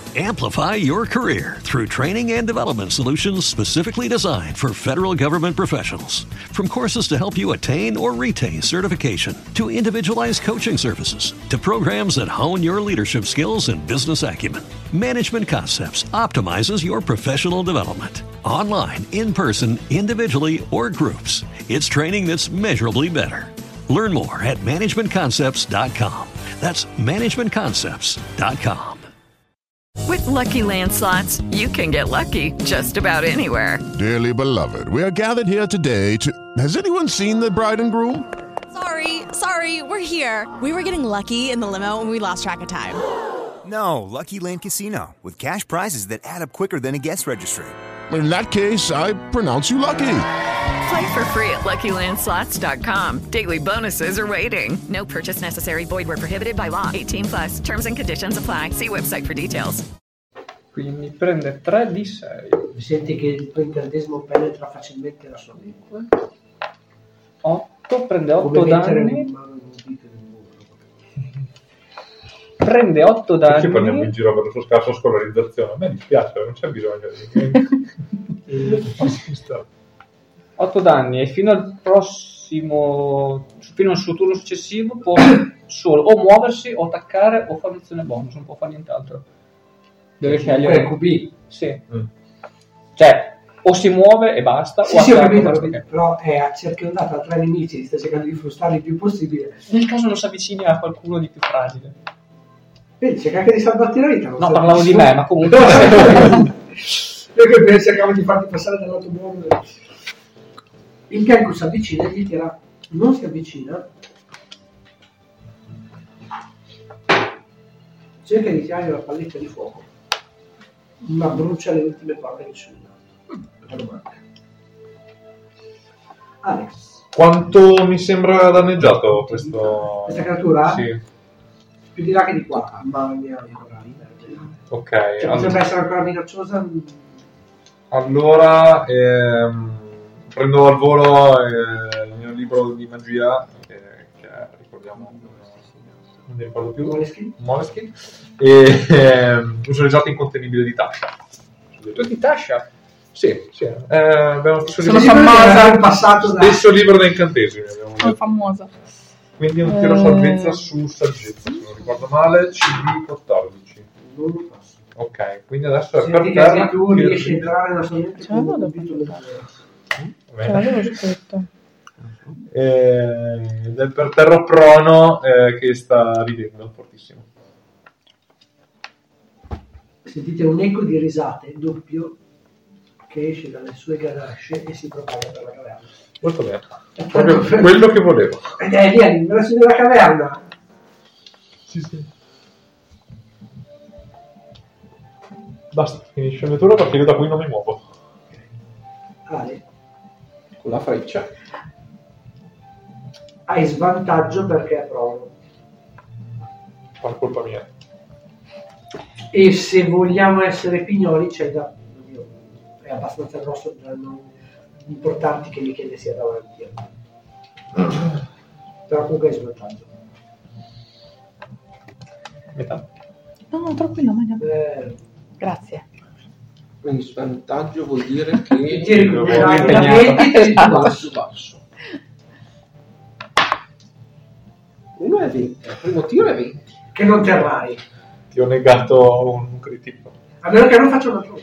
Amplify your career through training and development solutions specifically designed for federal government professionals. From courses to help you attain or retain certification, to individualized coaching services, to programs that hone your leadership skills and business acumen, Management Concepts optimizes your professional development. Online, in person, individually, or groups, it's training that's measurably better. Learn more at managementconcepts.com. That's managementconcepts.com. With Lucky Land Slots, you can get lucky just about anywhere. Dearly beloved, we are gathered here today to... Has anyone seen the bride and groom? Sorry, we're here. We were getting lucky in the limo and we lost track of time. No, Lucky Land Casino, with cash prizes that add up quicker than a guest registry. In that case, I pronounce you lucky. Play for free at LuckyLandSlots.com. Daily bonuses are waiting. No purchase necessary. Void where prohibited by law. 18+. Terms and conditions apply. See website for details. Quindi prende 3 di 6. Senti che il tuo incantesimo penetra facilmente la sua lingua. 8, prende 8 danni. Prende 8 danni. Perché prendiamo in giro per la sua scarsa scolarizzazione? A me dispiace, non c'è bisogno di 8 danni e fino al prossimo, fino al suo turno successivo può solo o muoversi o attaccare o fare un'azione bonus, non può fare nient'altro. Deve scegliere QB. Sì. Cioè o si muove e basta, sì, o sì, attacca. però è a circondata da 3 nemici, sta cercando di frustrarli il più possibile. Nel caso non si avvicini a qualcuno di più fragile. Vedi, cerca anche di salvarti la vita. No, parlavo di me, ma comunque perché cercavo di farti passare dal lato buono. Il Kenku si avvicina e gli tira, non si avvicina, cerca di tirare la palletta di fuoco, ma brucia le ultime palle che sono. Alex, quanto mi sembra danneggiato questa creatura? Sì. Più di là che di qua, ma ne ha ancora. Ok, cioè, potrebbe essere ancora minacciosa. Allora prendo al volo il mio libro di magia che ricordiamo, non mi ricordo più, Moleskine, e uso l'esatto incontenibile di Tasha. Tu di Tasha? Sì. Abbiamo Sono famosa. Stesso libro da incantesimi. Sono famosa. Quindi un tiro salvezza su saggezza, se non ricordo male, CD 14. Non lo passo. Ok, quindi adesso è se per terra. Tu riesci a entrare nella sua mente con un Ce l'avevo scritto. Ed è per terra prono che sta ridendo fortissimo. Sentite un eco di risate doppio che esce dalle sue garasce e si propaga per la caverna. Molto bene, proprio quello che volevo. Ed è lì all'ingresso della caverna. Sì. Basta, finisce il mio turno perché io da qui non mi muovo. Ale, con la freccia hai svantaggio perché è prono. Per colpa mia. E se vogliamo essere pignoli c'è da... è abbastanza grosso da non importarti che Michele sia davanti. Però comunque hai svantaggio. Metà. No, tranquillo, grazie. Quindi svantaggio vuol dire che ti recuperai da 20 e basso. Uno è 20, il primo tiro è 20. Che non terrai. Ti ho negato un critico. A meno che non faccia un altro.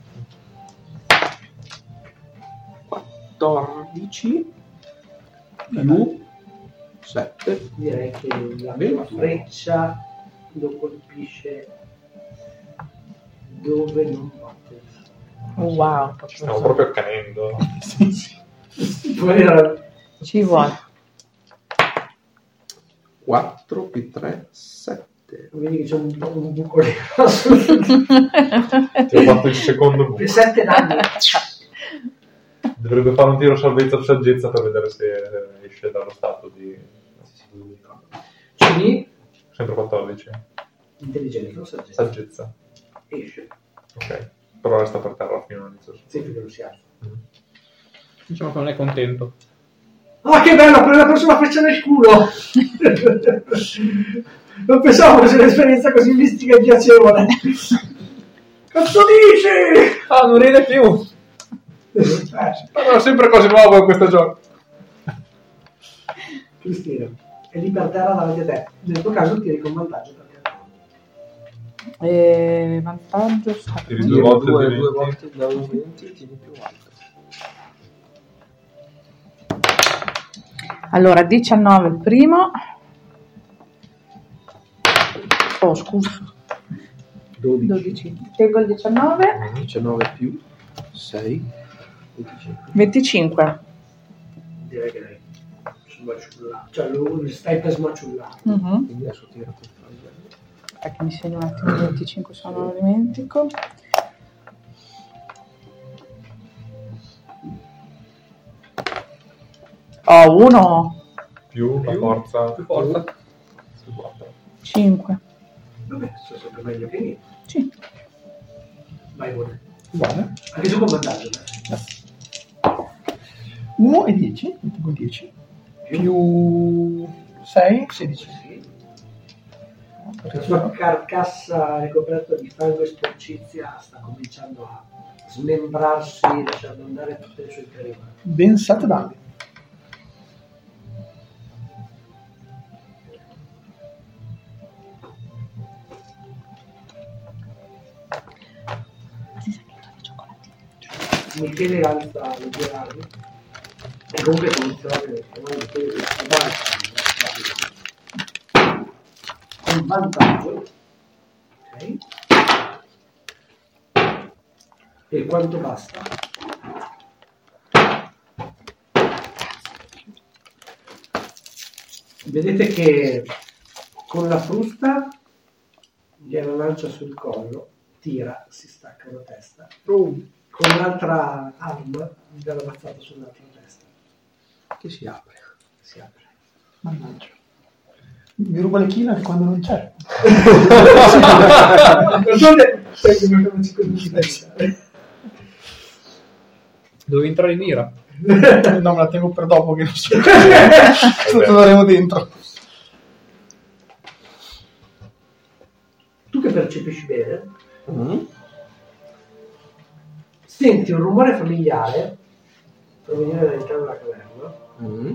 14 più 7. Direi che la freccia lo colpisce dove non batte. Oh, wow. Stiamo proprio accanendo. Ci vuole. 4 più 3, 7. Vedi che c'è un buco lì. Ti ho fatto il secondo buco. 7 danni. Dovrebbe fare un tiro salvezza o saggezza per vedere se esce dallo stato di... CD? Sempre 14. Intelligenza o saggezza? Saggezza. Esce. Ok. Però resta per terra fino all'inizio. Sì, finché non si alza. Diciamo che non è contento. Ah, che bello, prendo la prossima freccia nel culo! Non pensavo fosse un'esperienza così mistica e piacevole. Cazzo dici? Ah, non ride più. Parlo sempre cose nuove in questo gioco. Cristina, è lì per terra davanti a te. Nel tuo caso tiri con vantaggio perché... vantaggio Tiri due volte due volte da 20 tieni più alto. Allora 19 il primo. Oh scusa, 12. Tengo il 19. 19 più 6 25. Direi che lei smaciulla, cioè lo stai per smaciullare. quindi adesso tiro con Perché mi segno un attimo il 25, se no non lo dimentico. Oh, 1. Più la forza. Più forza. 5. Vabbè, sto sempre meglio che niente. Sì. Vai buone. Buona. Anche su con vantaggio. 1 e 10, con 10 più 6, 16. La sua carcassa ricoperta di fango e sporcizia sta cominciando a smembrarsi, lasciando andare tutte le sue ferite. Ben 7 danni. Michele alza le due armi e comunque comincia con vantaggio. Ok. E quanto basta? Vedete che con la frusta gliela lancia sul collo, tira, si stacca una testa. Con l'altra arma gli dà la mazzata sull'altra testa. Che si apre. Mannaggia. Mi ruba le chine anche quando non c'è. Dovevi entrare in mira. No, me la tengo per dopo che non so. Lo troveremo dentro. Tu che percepisci bene, senti un rumore familiare provenire dall'interno della caverna.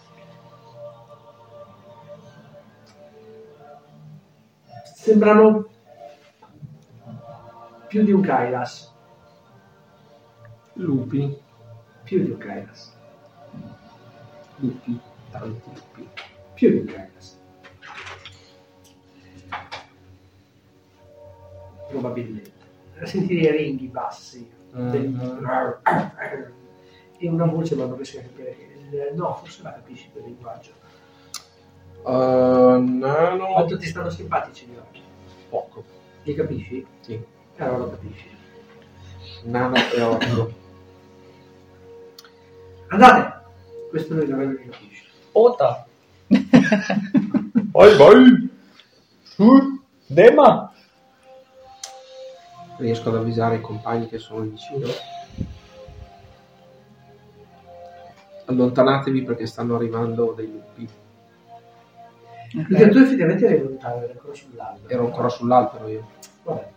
Sembrano più di un Kailas. Lupi. Più di un Kailas. Lupi. Tanti lupi. Più di un Kailas. Probabilmente. Senti dei ringhi bassi. E una voce, ma non riesco a capire. No, forse la capisci per il linguaggio. Nano. Quanto ti stanno simpatici gli occhi? Poco. Li capisci? Sì. Allora lo capisci. Nano e orco. Andate! Questo non è il che capisci. Ota. Vai. Dema. Riesco ad avvisare i compagni che sono vicino. Allontanatevi perché stanno arrivando dei lupi. Perché tu effettivamente eri lontano, eri ancora sull'albero. Ero ancora sull'albero io. Vabbè,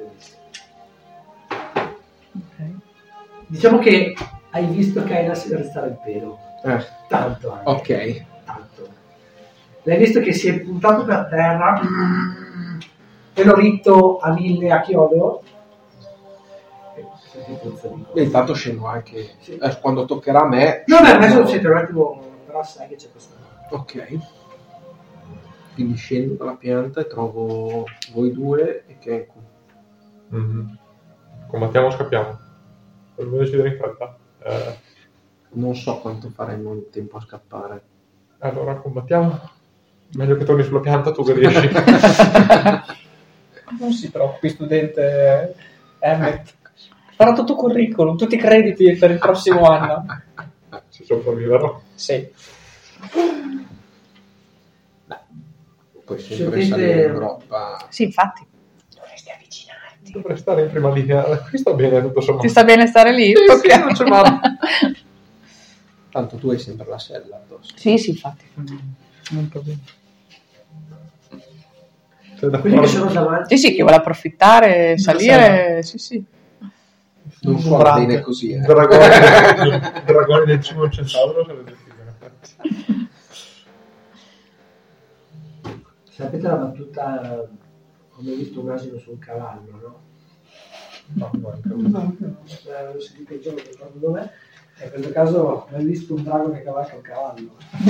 okay. Diciamo che hai visto Kailas restare il pelo. Tanto anche. Ok. Tanto. L'hai visto che si è puntato per terra, pelo ritto a 1000 a chiodo. E intanto scendo anche. Sì. Quando toccherà a me. No, beh, adesso siete un attimo, però sai che c'è questo. Ok. Quindi scendo dalla pianta e trovo voi due e Kenku. Combattiamo o scappiamo? Dobbiamo decidere in fretta. Non so quanto faremo in tempo a scappare. Allora combattiamo. Meglio che torni sulla pianta tu che riesci. Non si preoccupi, studente Emmet. Farà tutto curriculum, tutti i crediti per il prossimo anno. Si sopravviverò. Sì. Puoi sempre salire in groppa. Sì, infatti. Dovresti avvicinarti. Dovrei stare in prima linea. Qui sta bene tutto sommato. Ti sta bene stare lì? Sì, Ok. sì, non c'è male. Tanto tu hai sempre la sella addosso. Sì, infatti. Non problema. Quelli che sono davanti. Sì, chi vuole approfittare, salire, sì. Non suona bene così. Dragoni del cibo centauro sarebbe figo, in effetti. Sapete la battuta come hai visto un asino su un cavallo, no? No. L'ho sentito il giorno, non ricordo dov'è. In questo caso hai visto un drago che cavalca un cavallo.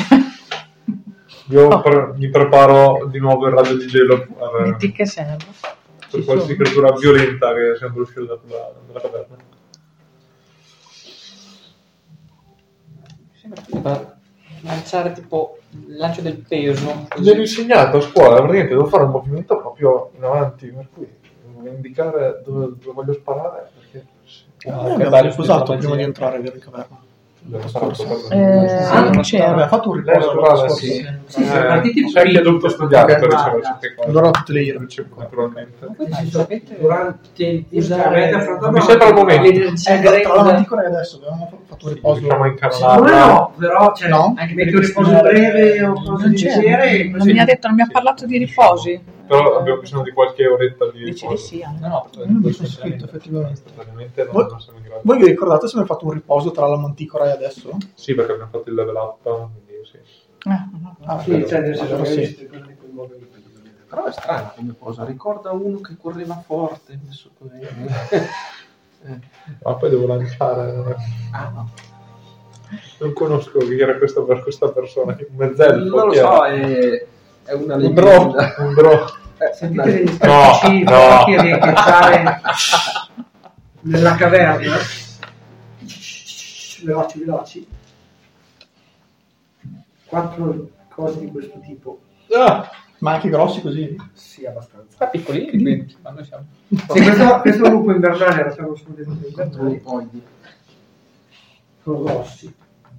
Io mi preparo di nuovo il raggio di gelo Metti che serve. per qualsiasi creatura violenta che sembra uscire dalla caverna. Per lanciare tipo il lancio del peso. Mi hanno insegnato a scuola, praticamente devo fare un movimento proprio in avanti, per cui devo indicare dove voglio sparare. Perché abbiamo sposato prima di entrare in caverna. C'era. Ha fatto un riposo. Sì. C'è dovuto studiare per ricevere certe cose. Allora tutte le ire. Naturalmente. Durante il usare mi sembra il momento. l'energia Tra la grezza. manticora e adesso avevamo fatto un riposo. Riusciamo a Secondo me incanalarla. no, però cioè, No? anche metti un riposo breve o cose di genere. Non mi ha detto, non mi ha parlato di riposi. Però abbiamo bisogno di qualche oretta di Dici di riposo. sì. No, Non mi sono scritto effettivamente. Praticamente Voi- non siamo in grado. Voi vi ricordate se abbiamo fatto un riposo tra la manticora e adesso? Sì, perché abbiamo fatto il level up, quindi sì. Sì, cioè nel senso Allora che sì. cose di quel modo lì. Però è strano come cosa. Ricorda uno che correva forte. Adesso Ma poi devo lanciare. no. Non conosco chi era questa persona. Un mezzelfo. Non lo chi era? so, è una Un draw. leggenda. Un draw. Sentite degli No, scacci no. che riecheggiare nella caverna. Veloci. 4 cose di questo tipo. Ma anche grossi così? Sì, abbastanza. Ma piccolini, quindi, ma noi siamo. Sì, questo è un lupo invernale, era stato scontento invernali. Sono grossi.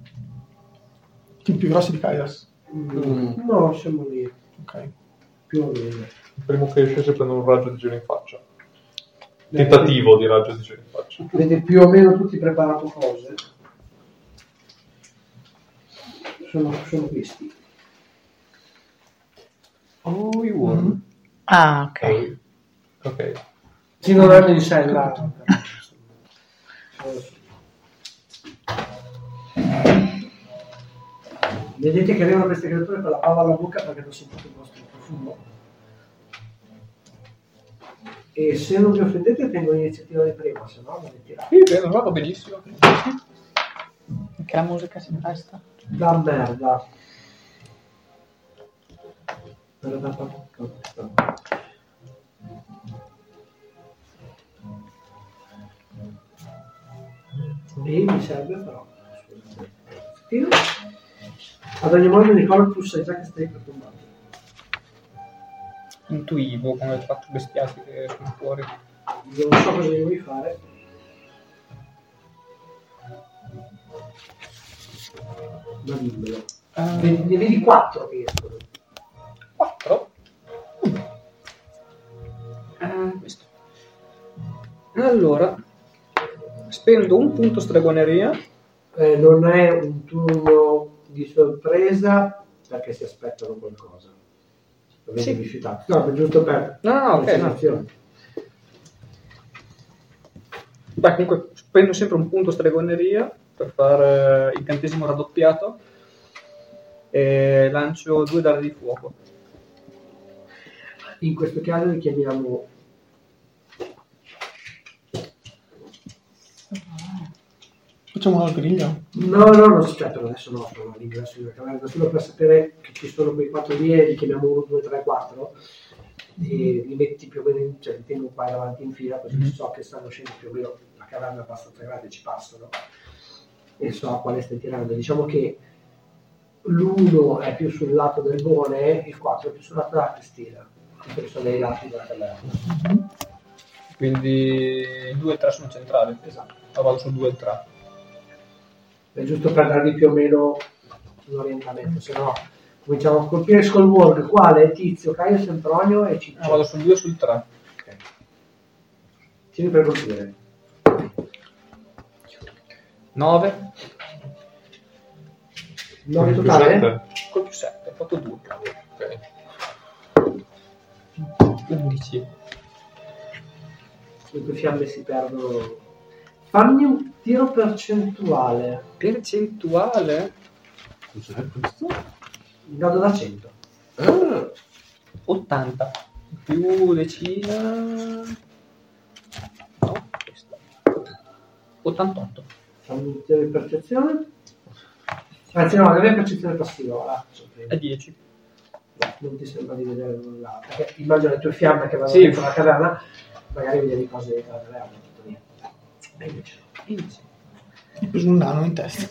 Più grossi di Kairas. No, siamo lì. Ok. Più o meno. Il primo che esce prende un raggio di gelo in faccia. Tentativo di raggio di gelo in faccia. Avete più o meno tutti preparato cose? Sono questi. Oh, i worm. Ah, ok. Ok. Sì, non hanno in sé là. Vedete che arrivano queste creature con la palla alla bocca perché hanno sentito il vostro profumo. E se non vi offendete tengo l'iniziativa di prima, se no non mi tirate. Sì, bene, va benissimo. Che la musica si presta. Da merda. E mi serve però. Tiro. Ad ogni modo Nicola tu sai già che stai per tombare. Intuivo come 4 bestiati che sono fuori. Io non so cosa devi fare. Ma dimmelo. Ne vedi 4 che escono. 4? Questo. Allora, spendo un punto stregoneria. Non è un turno di sorpresa perché si aspettano qualcosa. Avete rifiutato. No, è giusto per No, ok, no. Beh, comunque spendo sempre un punto stregoneria per fare incantesimo raddoppiato e lancio 2 dardi di fuoco. In questo caso li chiamiamo Facciamo una griglia? no, non si certo adesso no, sono l'ingresso di una caverna, solo per sapere che ci sono quei 4 vie, li chiamiamo 1, 2, 3, 4 e li metti più o meno, cioè li tengo qua davanti in fila così so che stanno scendendo più o meno, la caverna è abbastanza grande, ci passano e so a quale stai tirando. Diciamo che l'1 è più sul lato del Bone, il 4 è più sul lato della Cristina, perché sono dei lati della caverna. Quindi 2 e 3 sono centrali. Esatto. Vado su 2 e 3. È giusto per darvi più o meno un orientamento, se no cominciamo a colpire Skullwork, quale? Tizio, Caio, Sempronio e Ciccio. Vado sul 2 e sul 3. Ok. Tieni per colpire. 9. 9 Più totale? 7. Col più 7, ho fatto 2. Ok. 11. Le tue fiamme si perdono. Fammi un tiro percentuale. Percentuale? Cos'è questo? Vado da 100. 80. Più decina... No, questo. 88. Fammi un tiro di percezione. Anzi no, la mia percezione passiva. È 10. No, non ti sembra di vedere nulla. Perché immagino le tue fiamme che vanno Sì. dentro la caverna, magari vedevi cose dentro la caverna. Tutto niente. E invece no. Ho preso un nano in testa.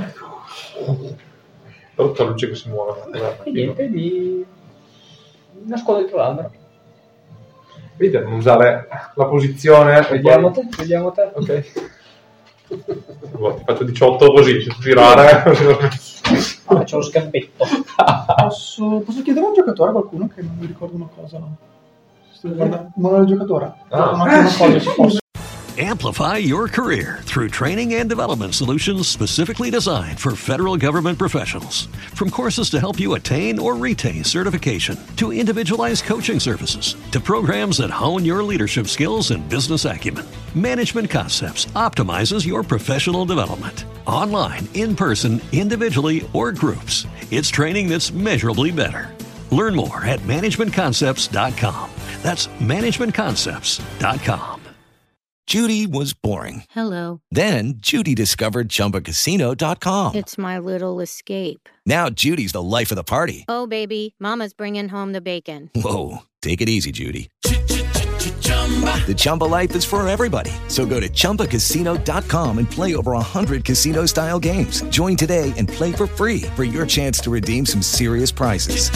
Tutta luce che si muove. E niente, mi nascondo dietro l'albero. Vedi a non usare la posizione. Vediamo te. Ok. Ti faccio 18 così, girare. C'ho lo scampetto. Posso chiedere a un giocatore, a qualcuno che non mi ricorda una cosa, no? Sto guardando il manuale del giocatore. Una cosa, se posso. Amplify your career through training and development solutions specifically designed for federal government professionals. From courses to help you attain or retain certification, to individualized coaching services, to programs that hone your leadership skills and business acumen, Management Concepts optimizes your professional development. Online, in person, individually, or groups, it's training that's measurably better. Learn more at managementconcepts.com. That's managementconcepts.com. Judy was boring. Hello. Then Judy discovered ChumbaCasino.com. It's my little escape. Now Judy's the life of the party. Oh, baby, mama's bringing home the bacon. Whoa, take it easy, Judy. The Chumba life is for everybody. So go to ChumbaCasino.com and play over 100 casino-style games. Join today and play for free for your chance to redeem some serious prizes.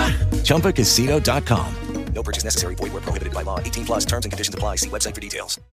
ChumbaCasino.com. No purchase necessary. Void where prohibited by law. 18+ terms and conditions apply. See website for details.